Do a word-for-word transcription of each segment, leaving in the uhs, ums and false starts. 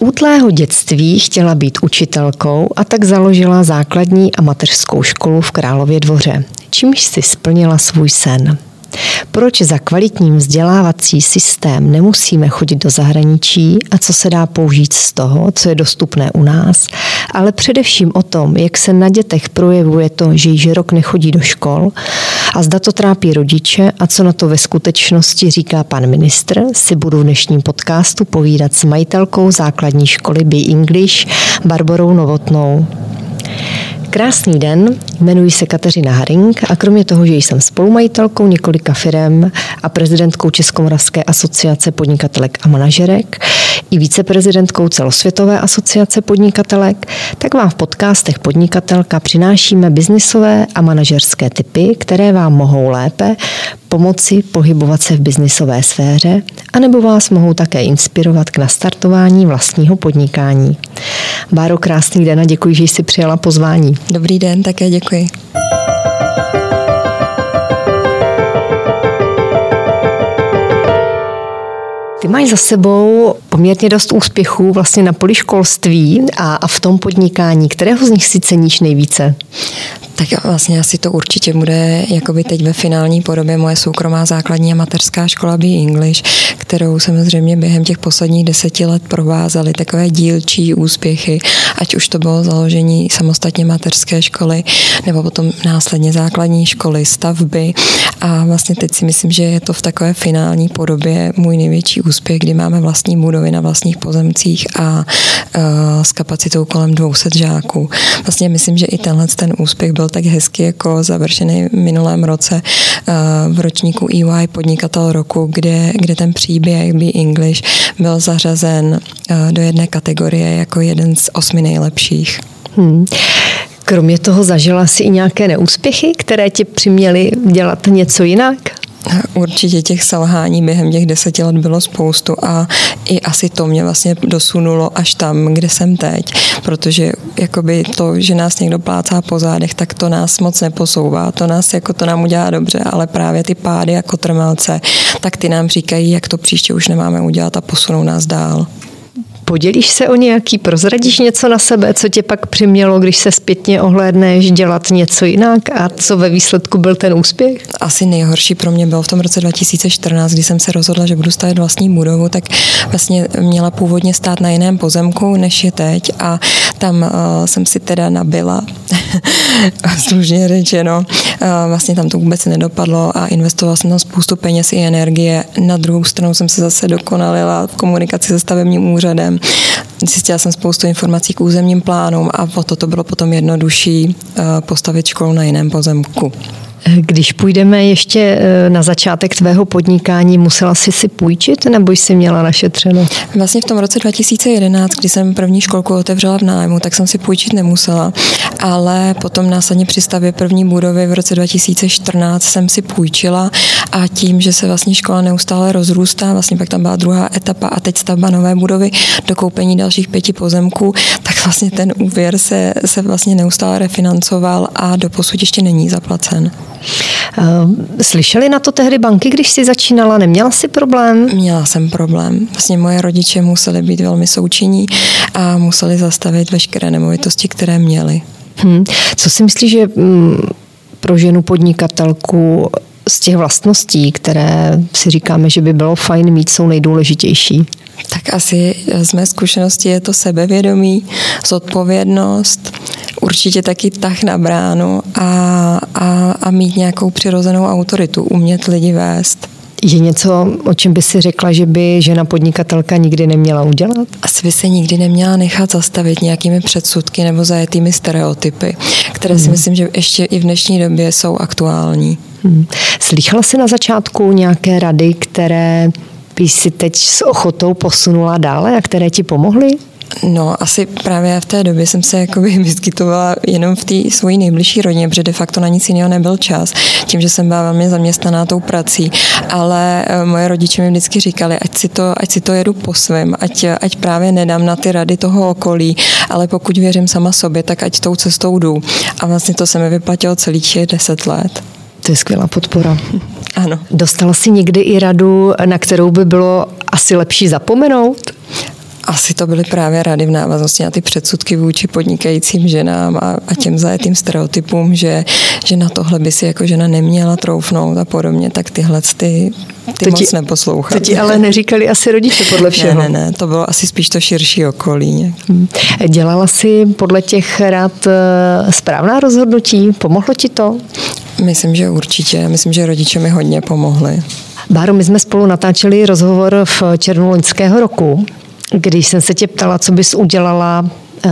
útlého dětství chtěla být učitelkou a tak založila základní a mateřskou školu v Králově Dvoře, čímž si splnila svůj sen. Proč za kvalitním vzdělávací systém nemusíme chodit do zahraničí a co se dá použít z toho, co je dostupné u nás, ale především o tom, jak se na dětech projevuje to, že již rok nechodí do škol a zda to trápí rodiče a co na to ve skutečnosti říká pan ministr, si budu v dnešním podcastu povídat s majitelkou základní školy Be English Barborou Novotnou. Krásný den, jmenuji se Kateřina Haring a kromě toho, že jsem spolumajitelkou několika firem a prezidentkou Českomoravské asociace podnikatelek a manažerek i viceprezidentkou celosvětové asociace podnikatelek, tak vám v podcastech Podnikatelka přinášíme biznisové a manažerské tipy, které vám mohou lépe pomoci pohybovat se v biznisové sféře, anebo vás mohou také inspirovat k nastartování vlastního podnikání. Báro, krásný den a děkuji, že jsi přijala pozvání. Dobrý den, také děkuji. Ty máš za sebou poměrně dost úspěchů vlastně na poli školství a, a v tom podnikání. Kterého z nich si ceníš nejvíce? Tak vlastně asi to určitě bude jakoby teď ve finální podobě moje soukromá základní a mateřská škola Be English, kterou samozřejmě během těch posledních deseti let provázely takové dílčí úspěchy, ať už to bylo založení samostatně mateřské školy, nebo potom následně základní školy, stavby. A vlastně teď si myslím, že je to v takové finální podobě můj největší úspěch, kdy máme vlastní budovy na vlastních pozemcích a uh, s kapacitou kolem dvě stě žáků. Vlastně myslím, že i tenhle ten úspěch byl tak hezky jako završený v minulém roce uh, v ročníku E Y Podnikatel roku, kde, kde ten příběh Be English byl zařazen uh, do jedné kategorie jako jeden z osmi nejlepších. Hmm. Kromě toho zažila jsi i nějaké neúspěchy, které tě přiměly dělat něco jinak? Určitě těch selhání během těch deseti let bylo spoustu a i asi to mě vlastně dosunulo až tam, kde jsem teď, protože jakoby to, že nás někdo plácá po zádech, tak to nás moc neposouvá, to nás jako to nám udělá dobře, ale právě ty pády jako trmelce, tak ty nám říkají, jak to příště už nemáme udělat a posunou nás dál. Podělíš se o nějaký, prozradíš něco na sebe, co tě pak přimělo, když se zpětně ohlédneš, dělat něco jinak a co ve výsledku byl ten úspěch? Asi nejhorší pro mě bylo v tom roce dva tisíce čtrnáct, kdy jsem se rozhodla, že budu stavět vlastní budovu, tak vlastně měla původně stát na jiném pozemku, než je teď a tam uh, jsem si teda nabila, slušně řečeno, uh, vlastně tam to vůbec nedopadlo a investovala jsem tam spoustu peněz i energie. Na druhou stranu jsem se zase dokonalila v komunikaci se stavebním úřadem. Zjistila jsem spoustu informací k územním plánům a o to to bylo potom jednodušší postavit školu na jiném pozemku. Když půjdeme ještě na začátek tvého podnikání, musela jsi si půjčit nebo jsi měla našetřeno? Vlastně v tom roce dva tisíce jedenáct, kdy jsem první školku otevřela v nájmu, tak jsem si půjčit nemusela, ale potom následně při stavbě první budovy v roce dva tisíce čtrnáct jsem si půjčila a tím, že se vlastně škola neustále rozrůstá, vlastně pak tam byla druhá etapa a teď stavba nové budovy, dokoupení dalších pěti pozemků, tak vlastně ten úvěr se, se vlastně neustále refinancoval a doposud ještě není zaplacen. Slyšeli na to tehdy banky, když jsi začínala? Neměla jsi problém? Měla jsem problém. Vlastně moje rodiče museli být velmi součinní a museli zastavit veškeré nemovitosti, které měli. Hmm. Co si myslíš, že pro ženu podnikatelku z těch vlastností, které si říkáme, že by bylo fajn mít, jsou nejdůležitější? Tak asi z mé zkušenosti je to sebevědomí, zodpovědnost, určitě taky tah na bránu a, a, a mít nějakou přirozenou autoritu, umět lidi vést. Je něco, o čem by si řekla, že by žena podnikatelka nikdy neměla udělat? Asi by se nikdy neměla nechat zastavit nějakými předsudky nebo zajetými stereotypy, které si hmm. myslím, že ještě i v dnešní době jsou aktuální. Hmm. Slychala jsi na začátku nějaké rady, které by si teď s ochotou posunula dále a které ti pomohly? No, asi právě v té době jsem se jakoby vyskytovala jenom v té svojí nejbližší rodině, protože de facto na nic jiného nebyl čas, tím, že jsem byla velmi zaměstnaná tou prací, ale moje rodiče mi vždycky říkali, ať si to, ať si to jedu po svém, ať, ať právě nedám na ty rady toho okolí, ale pokud věřím sama sobě, tak ať tou cestou jdu. A vlastně to se mi vyplatilo celých těch deset let. To je skvělá podpora. Ano. Dostala jsi někdy i radu, na kterou by bylo asi lepší zapomenout? Asi to byly právě rady v návaznosti na ty předsudky vůči podnikajícím ženám a, a těm zajetým stereotypům, že, že na tohle by si jako žena neměla troufnout a podobně, tak tyhle ty, ty to moc ti, neposlouchali. To ti ale neříkali asi rodiče podle všeho. Ne, ne, ne, to bylo asi spíš to širší okolí. Dělala jsi podle těch rad správná rozhodnutí? Pomohlo ti to? Myslím, že určitě. Myslím, že rodiče mi hodně pomohli. Báro, my jsme spolu natáčeli rozhovor v červnu loňského roku, když jsem se tě ptala, co bys udělala,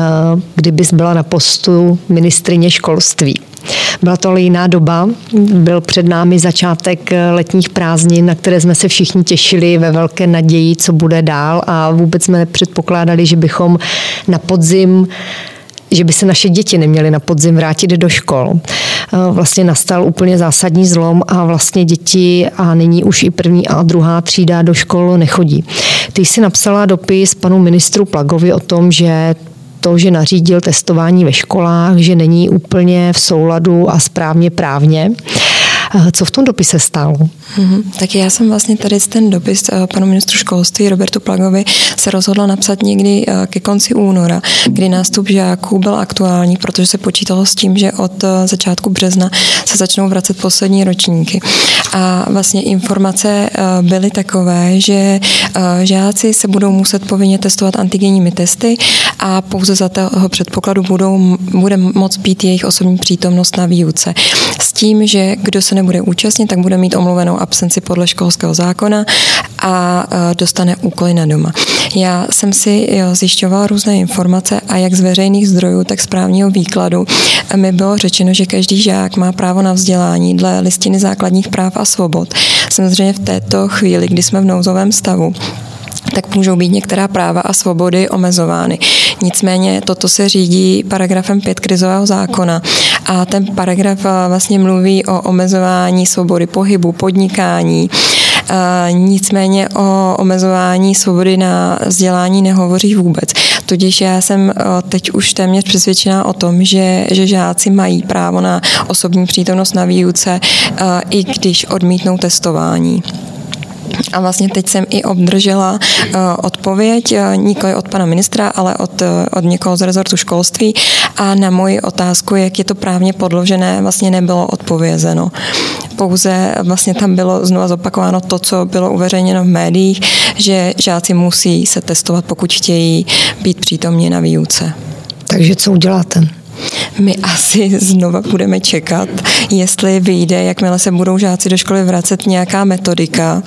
kdybys byla na postu ministryně školství. Byla to ale jiná doba, byl před námi začátek letních prázdnin, na které jsme se všichni těšili ve velké naději, co bude dál, a vůbec jsme nepředpokládali, že bychom na podzim že by se naše děti neměly na podzim vrátit do škol. Vlastně nastal úplně zásadní zlom a vlastně děti a nyní už i první a druhá třída do škol nechodí. Ty jsi napsala dopis panu ministru Plagovi o tom, že to, že nařídil testování ve školách, že není úplně v souladu a správně právně. Co v tom dopise stálo? Mm-hmm. Tak já jsem vlastně tady ten dopis panu ministru školství Robertu Plagovi se rozhodla napsat někdy ke konci února, kdy nástup žáků byl aktuální, protože se počítalo s tím, že od začátku března se začnou vracet poslední ročníky. A vlastně informace byly takové, že žáci se budou muset povinně testovat antigenními testy a pouze za toho předpokladu budou, bude moct být jejich osobní přítomnost na výuce. S tím, že kdo se nebude účastnit, tak bude mít omluvenou absenci podle školského zákona a dostane úkoly na doma. Já jsem si zjišťovala různé informace a jak z veřejných zdrojů, tak z právního výkladu mi bylo řečeno, že každý žák má právo na vzdělání dle listiny základních práv a svobod. Samozřejmě v této chvíli, kdy jsme v nouzovém stavu, tak můžou být některá práva a svobody omezovány. Nicméně toto se řídí paragrafem pět krizového zákona a ten paragraf vlastně mluví o omezování svobody pohybu, podnikání. Nicméně o omezování svobody na vzdělání nehovoří vůbec. Tudíž já jsem teď už téměř přesvědčená o tom, že, že žáci mají právo na osobní přítomnost na výuce, i když odmítnou testování. A vlastně teď jsem i obdržela uh, odpověď, uh, nikoli od pana ministra, ale od, uh, od někoho z rezortu školství a na moji otázku, jak je to právně podložené, vlastně nebylo odpovězeno. Pouze vlastně tam bylo znovu zopakováno to, co bylo uveřejněno v médiích, že žáci musí se testovat, pokud chtějí být přítomni na výuce. Takže co uděláte? My asi znova budeme čekat, jestli vyjde, jakmile se budou žáci do školy vracet, nějaká metodika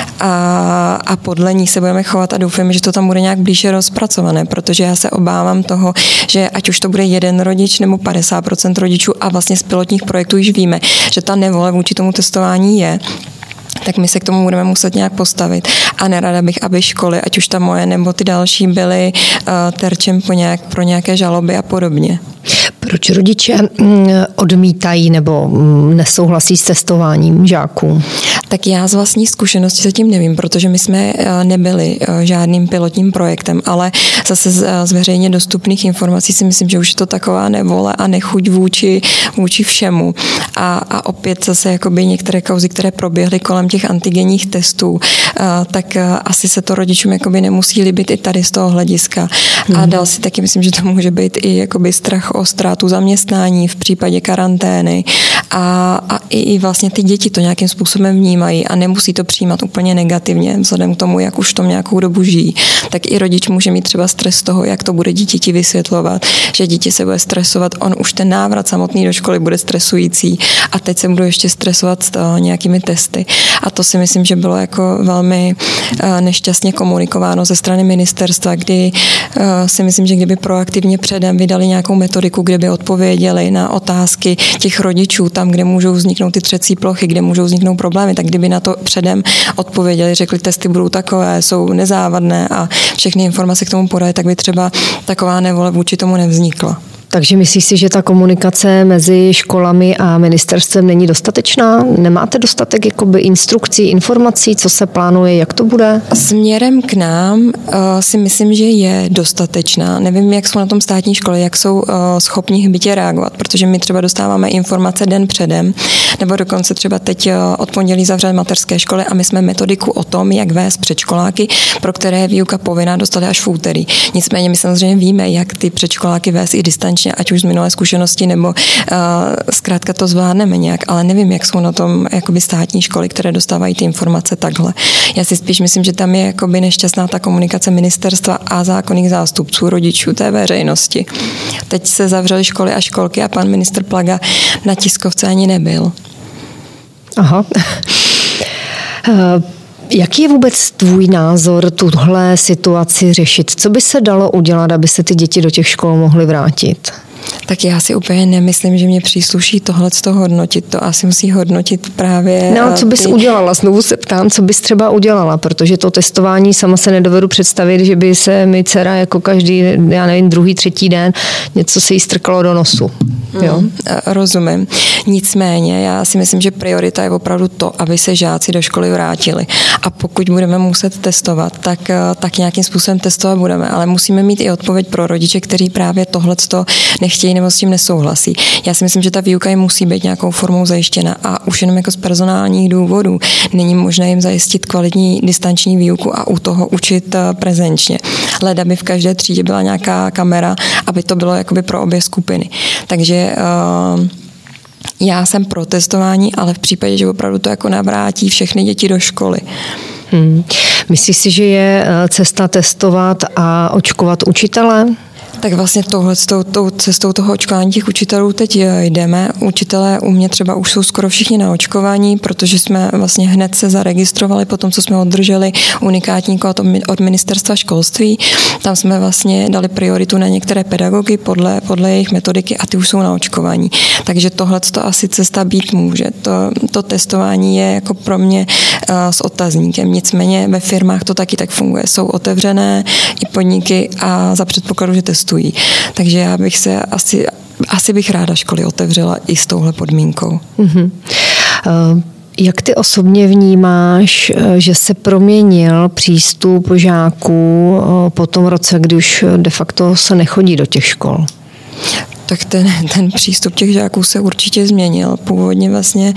a, a podle ní se budeme chovat a doufám, že to tam bude nějak blíže rozpracované, protože já se obávám toho, že ať už to bude jeden rodič nebo padesát procent rodičů a vlastně z pilotních projektů již víme, že ta nevole vůči tomu testování je, tak my se k tomu budeme muset nějak postavit. A nerada bych, aby školy, ať už ta moje nebo ty další, byly uh, terčem po nějak, pro nějaké žaloby a podobně. Proč rodiče odmítají nebo nesouhlasí s testováním žáků? Tak já z vlastní zkušenosti zatím nevím, protože my jsme nebyli žádným pilotním projektem, ale zase z veřejně dostupných informací si myslím, že už je to taková nevole a nechuť vůči, vůči všemu. A, a opět zase jakoby některé kauzy, které proběhly kolem těch antigenních testů, tak asi se to rodičům jakoby nemusí líbit i tady z toho hlediska. Hmm. A dál si taky myslím, že to může být i jakoby strach o ztrátu zaměstnání v případě karantény a, a i, i vlastně ty děti to nějakým způsobem vnímají a nemusí to přijímat úplně negativně vzhledem k tomu, jak už v tom nějakou dobu žijí. Tak i rodič může mít třeba stres z toho, jak to bude dítěti vysvětlovat, že dítě se bude stresovat, on už ten návrat samotný do školy bude stresující a teď se budou ještě stresovat s nějakými testy. A to si myslím, že bylo jako velmi nešťastně komunikováno ze strany ministerstva, kdy si myslím, že kdyby proaktivně předem vydali nějakou metodiku, kde by odpověděli na otázky těch rodičů, tam, kde můžou vzniknout ty třecí plochy, kde můžou vzniknout problémy, tak kdyby na to předem odpověděli, řekli, testy budou takové, jsou nezávadné a všechny informace k tomu podají, tak by třeba taková nevole vůči tomu nevznikla. Takže myslíš si, že ta komunikace mezi školami a ministerstvem není dostatečná? Nemáte dostatek jakoby instrukcí, informací, co se plánuje, jak to bude? Směrem k nám uh, si myslím, že je dostatečná. Nevím, jak jsou na tom státní školy, jak jsou uh, schopni hbitě reagovat, protože my třeba dostáváme informace den předem, nebo dokonce třeba teď uh, od pondělí zavřeli mateřské školy a my jsme metodiku o tom, jak vést předškoláky, pro které je výuka povinná, dostali až v úterý. Nicméně my samozřejmě víme, jak ty předškoláky vést i distančně, ať už z minulé zkušenosti, nebo uh, zkrátka to zvládneme nějak, ale nevím, jak jsou na tom jakoby státní školy, které dostávají ty informace takhle. Já si spíš myslím, že tam je jakoby nešťastná ta komunikace ministerstva a zákonných zástupců, rodičů, té veřejnosti. Teď se zavřely školy a školky a pan ministr Plaga na tiskovce ani nebyl. Aha. Jaký je vůbec tvůj názor tuhle situaci řešit? Co by se dalo udělat, aby se ty děti do těch škol mohly vrátit? Tak já si úplně nemyslím, že mě přísluší tohleto hodnotit. To asi musí hodnotit právě... No, co bys ty... udělala? Znovu se ptám, co bys třeba udělala, protože to testování sama se nedovedu představit, že by se mi dcera jako každý, já nevím, druhý, třetí den něco se jí strkalo do nosu. Jo? Mm, rozumím. Nicméně já si myslím, že priorita je opravdu to, aby se žáci do školy vrátili. A pokud budeme muset testovat, tak, tak nějakým způsobem testovat budeme, ale musíme mít i odpověď pro rodiče, kteří právě tohleto nechtějí nebo s tím nesouhlasí. Já si myslím, že ta výuka jim musí být nějakou formou zajištěna a už jenom jako z personálních důvodů není možné jim zajistit kvalitní distanční výuku a u toho učit prezenčně. Leda by v každé třídě byla nějaká kamera, aby to bylo jakoby pro obě skupiny. Takže uh, já jsem pro testování, ale v případě, že opravdu to jako navrátí všechny děti do školy. Hmm. Myslíš si, že je cesta testovat a očkovat učitele? Tak vlastně tohle, s tou, tou cestou toho očkování těch učitelů teď jdeme. Učitelé u mě třeba už jsou skoro všichni na očkování, protože jsme vlastně hned se zaregistrovali po tom, co jsme oddrželi unikátní kód od ministerstva školství. Tam jsme vlastně dali prioritu na některé pedagogy podle, podle jejich metodiky a ty už jsou na očkování. Takže tohle to asi cesta být může. To, to testování je jako pro mě uh, s otazníkem. Nicméně ve firmách to taky tak funguje. Jsou otevřené i podniky a za předpokladu, že testují. Takže já bych se asi, asi bych ráda školy otevřela i s touhle podmínkou. Mm-hmm. Uh, jak ty osobně vnímáš, že se proměnil přístup žáků po tom roce, kdy už de facto se nechodí do těch škol? Tak ten, ten přístup těch žáků se určitě změnil. Původně vlastně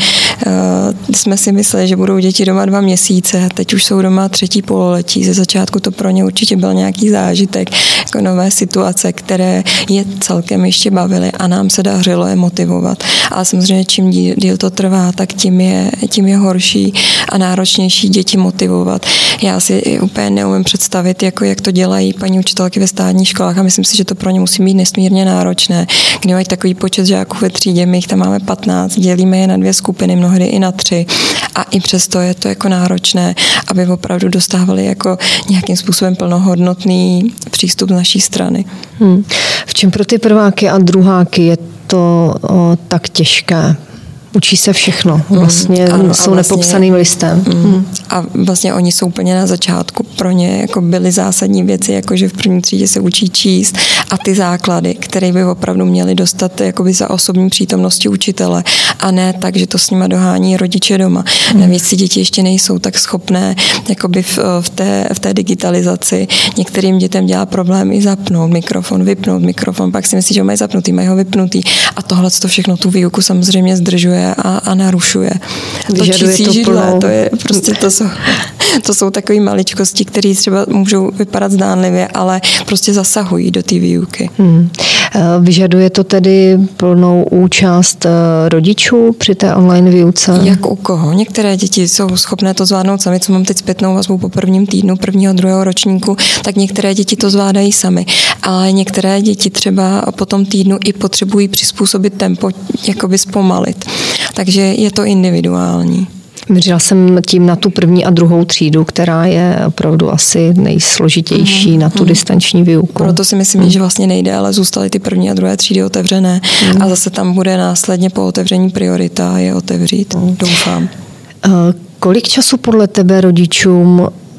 uh, jsme si mysleli, že budou děti doma dva měsíce, teď už jsou doma třetí pololetí. Ze začátku to pro ně určitě byl nějaký zážitek, jako nové situace, které je celkem ještě bavily a nám se dařilo je motivovat. Ale samozřejmě čím díl, díl to trvá, tak tím je, tím je horší a náročnější děti motivovat. Já si úplně neumím představit, jako jak to dělají paní učitelky ve státních školách a myslím si, že to pro ně musí být nesmírně náročné. Kdy mají takový počet žáků ve třídě, my jich tam máme patnáct, dělíme je na dvě skupiny, mnohdy i na tři a i přesto je to jako náročné, aby opravdu dostávali jako nějakým způsobem plnohodnotný přístup z naší strany. Hmm. V čem pro ty prváky a druháky je to o, tak těžké? Učí se všechno. Vlastně mm, ano, jsou vlastně, nepopsaným listem. Mm, a vlastně oni jsou úplně na začátku. Pro ně jako byly zásadní věci, jako že v první třídě se učí číst a ty základy, které by opravdu měli dostat jakoby za osobní přítomnosti učitele a ne tak, že to s nima dohání rodiče doma. Mm. Navíc si děti ještě nejsou tak schopné jakoby v, v, té, v té digitalizaci. Některým dětem dělá problém i zapnout mikrofon, vypnout mikrofon, pak si myslí, že ho mají zapnutý, mají ho vypnutý a tohle to všechno tu výuku samozřejmě zdržuje A, a narušuje. Vyžaduje to židle, to je prostě to jsou, to jsou takové maličkosti, které třeba můžou vypadat zdánlivě, ale prostě zasahují do té výuky. Hmm. Vyžaduje to tedy plnou účast rodičů při té online výuce? Jak u koho? Některé děti jsou schopné to zvládnout sami, co mám teď zpětnou vazbu po prvním týdnu, prvního, druhého ročníku, tak některé děti to zvládají sami. Ale některé děti třeba po tom týdnu i potřebují přizpůsobit tempo, jakoby zpomalit. Takže je to individuální. Měřila jsem tím na tu první a druhou třídu, která je opravdu asi nejsložitější mm, na tu mm. distanční výuku. Proto si myslím, mm. že vlastně nejde, ale zůstaly ty první a druhé třídy otevřené mm. a zase tam bude následně po otevření priorita je otevřít. Mm. Doufám. Kolik času podle tebe rodičům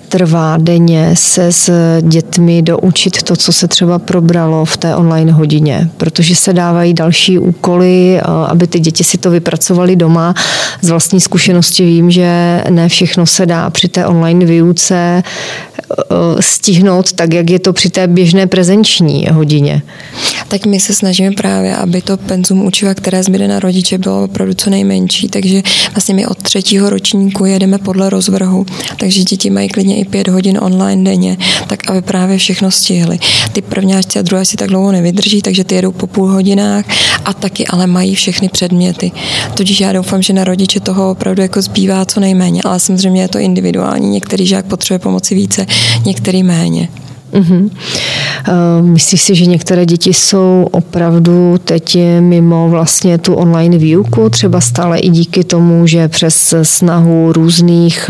trvá denně se s dětmi doučit to, co se třeba probralo v té online hodině, protože se dávají další úkoly, aby ty děti si to vypracovaly doma. Z vlastní zkušenosti vím, že ne všechno se dá při té online výuce stihnout tak, jak je to při té běžné prezenční hodině. Tak my se snažíme právě, aby to penzum učiva, které zbyde na rodiče, bylo opravdu co nejmenší, takže vlastně my od třetího ročníku jedeme podle rozvrhu, takže děti mají klidně i pět hodin online denně, tak aby právě všechno stihly. Ty prvňáčci a druháčci tak dlouho nevydrží, takže ty jedou po půl hodinách a taky ale mají všechny předměty. Tudíž já doufám, že na rodiče toho opravdu jako zbývá co nejméně, ale samozřejmě je to individuální. Některý žák potřebuje pomoci více, některý méně. Uh-huh. Myslíš si, že některé děti jsou opravdu teď mimo vlastně tu online výuku, třeba stále i díky tomu, že přes snahu různých,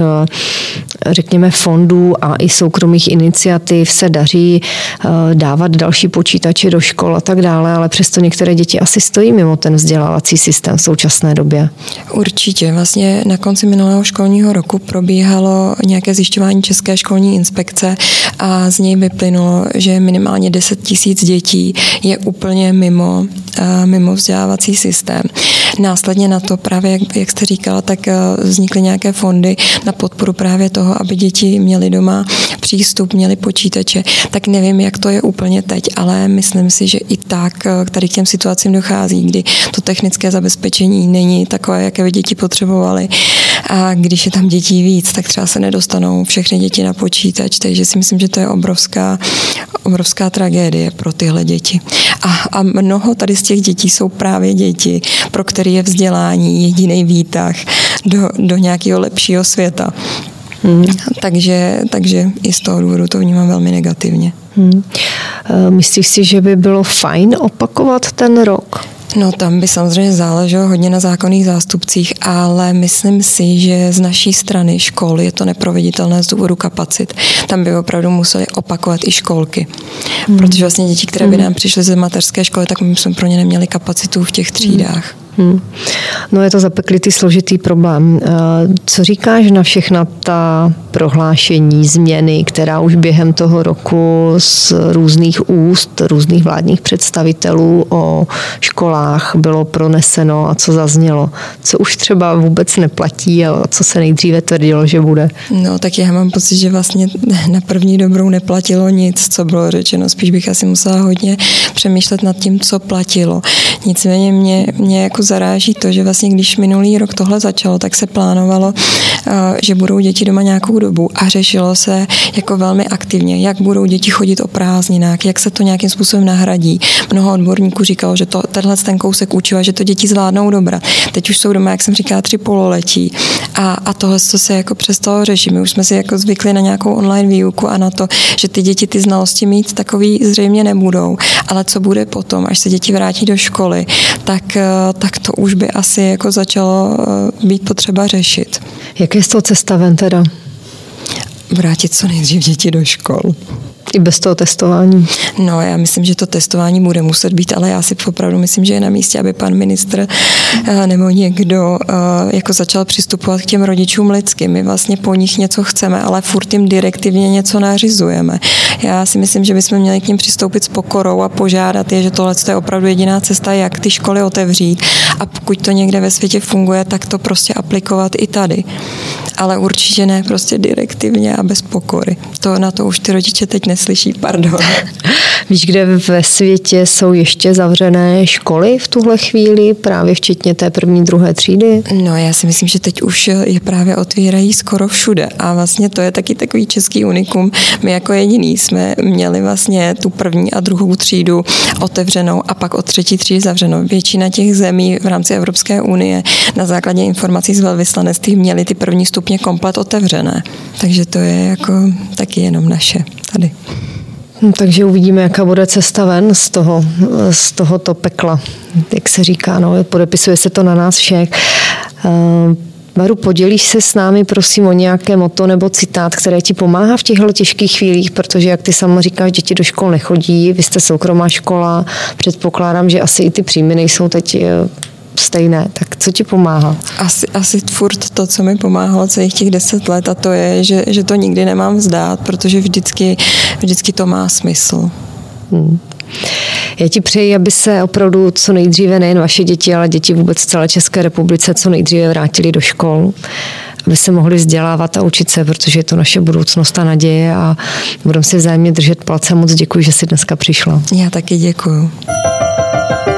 řekněme, fondů a i soukromých iniciativ se daří dávat další počítače do škol a tak dále, ale přesto některé děti asi stojí mimo ten vzdělávací systém v současné době. Určitě. Vlastně na konci minulého školního roku probíhalo nějaké zjišťování České školní inspekce a z něj vyplynulo, že minimálně deset tisíc dětí je úplně mimo, mimo vzdělávací systém. Následně na to právě, jak, jak jste říkala, tak vznikly nějaké fondy na podporu právě toho, aby děti měly doma přístup, měly počítače. Tak nevím, jak to je úplně teď, ale myslím si, že i tak k tady k těm situacím dochází, kdy to technické zabezpečení není takové, jaké by děti potřebovaly. A když je tam dětí víc, tak třeba se nedostanou všechny děti na počítač, takže si myslím, že to je obrovská, obrovská tragédie pro tyhle děti. A, a mnoho tady z těch dětí jsou právě děti, pro které je vzdělání jediný výtah do, do nějakého lepšího světa. Hmm. Takže, takže i z toho důvodu to vnímám velmi negativně. Hmm. Myslíš si, že by bylo fajn opakovat ten rok? No tam by samozřejmě záleželo hodně na zákonných zástupcích, ale myslím si, že z naší strany škol je to neproveditelné z důvodu kapacit. Tam by opravdu museli opakovat i školky. Hmm. Protože vlastně děti, které by nám přišly ze mateřské školy, tak my jsme pro ně neměli kapacitu v těch třídách. Hmm. No je to zapeklitý složitý problém. Co říkáš na všechna ta prohlášení, změny, která už během toho roku z různých úst, různých vládních představitelů o školách bylo proneseno a co zaznělo? Co už třeba vůbec neplatí a co se nejdříve tvrdilo, že bude? No tak já mám pocit, že vlastně na první dobrou neplatilo nic, co bylo řečeno. Spíš bych asi musela hodně přemýšlet nad tím, co platilo. Nicméně mě, mě jako zaráží to, že vlastně když minulý rok tohle začalo, tak se plánovalo, že budou děti doma nějakou dobu a řešilo se jako velmi aktivně, jak budou děti chodit o prázdninách, jak se to nějakým způsobem nahradí. Mnoho odborníků říkalo, že to, tenhle ten kousek učiva, že to děti zvládnou dobrat. Teď už jsou doma, jak jsem říkala, tři pololetí a, a tohle co se jako přestalo řešit. My už jsme si jako zvykli na nějakou online výuku a na to, že ty děti ty znalosti mít takový zřejmě nebudou, ale co bude potom, až se děti vrátí do školy, tak, tak to už by asi jako začalo být potřeba řešit. Jak je z toho cesta ven teda? Vrátit co nejdřív děti do škol. I bez toho testování? No, já myslím, že to testování bude muset být, ale já si opravdu myslím, že je na místě, aby pan ministr nebo někdo jako začal přistupovat k těm rodičům lidsky. My vlastně po nich něco chceme, ale furt jim direktivně něco nařizujeme. Já si myslím, že bychom měli k ním přistoupit s pokorou a požádat je, že tohle je opravdu jediná cesta, jak ty školy otevřít. A pokud to někde ve světě funguje, tak to prostě aplikovat i tady. Ale určitě ne prostě direktivně a bez pokory. To na to už ty rodiče teď neslyší, pardon. Víš, kde ve světě jsou ještě zavřené školy v tuhle chvíli, právě včetně té první, druhé třídy? No, já si myslím, že teď už je právě otvírají skoro všude a vlastně to je taky takový český unikum. My jako jediný jsme měli vlastně tu první a druhou třídu otevřenou a pak od třetí třídy zavřenou. Většina těch zemí v rámci Evropské unie na základě informací z velvyslanectví měly ty první stupně komplet otevřené. Takže to je jako taky jenom naše tady. Takže uvidíme, jaká bude cesta ven z toho, z tohoto pekla. Jak se říká, no, podepisuje se to na nás všech. Maru, podělíš se s námi, prosím, o nějaké motto nebo citát, které ti pomáhá v těchto těžkých chvílích, protože, jak ty sama říkáš, děti do škol nechodí, vy jste soukromá škola, předpokládám, že asi i ty příjmy nejsou teď stejné. Tak co ti pomáhá? Asi, asi furt to, co mi pomáhalo celých těch deset let, a to je, že, že to nikdy nemám vzdát, protože vždycky, vždycky to má smysl. Hmm. Já ti přeji, aby se opravdu co nejdříve nejen vaše děti, ale děti vůbec v celé České republice co nejdříve vrátili do škol, aby se mohli vzdělávat a učit se, protože je to naše budoucnost a naděje a budeme si vzájemně držet palce. Moc děkuji, že jsi dneska přišla. Já taky děkuju.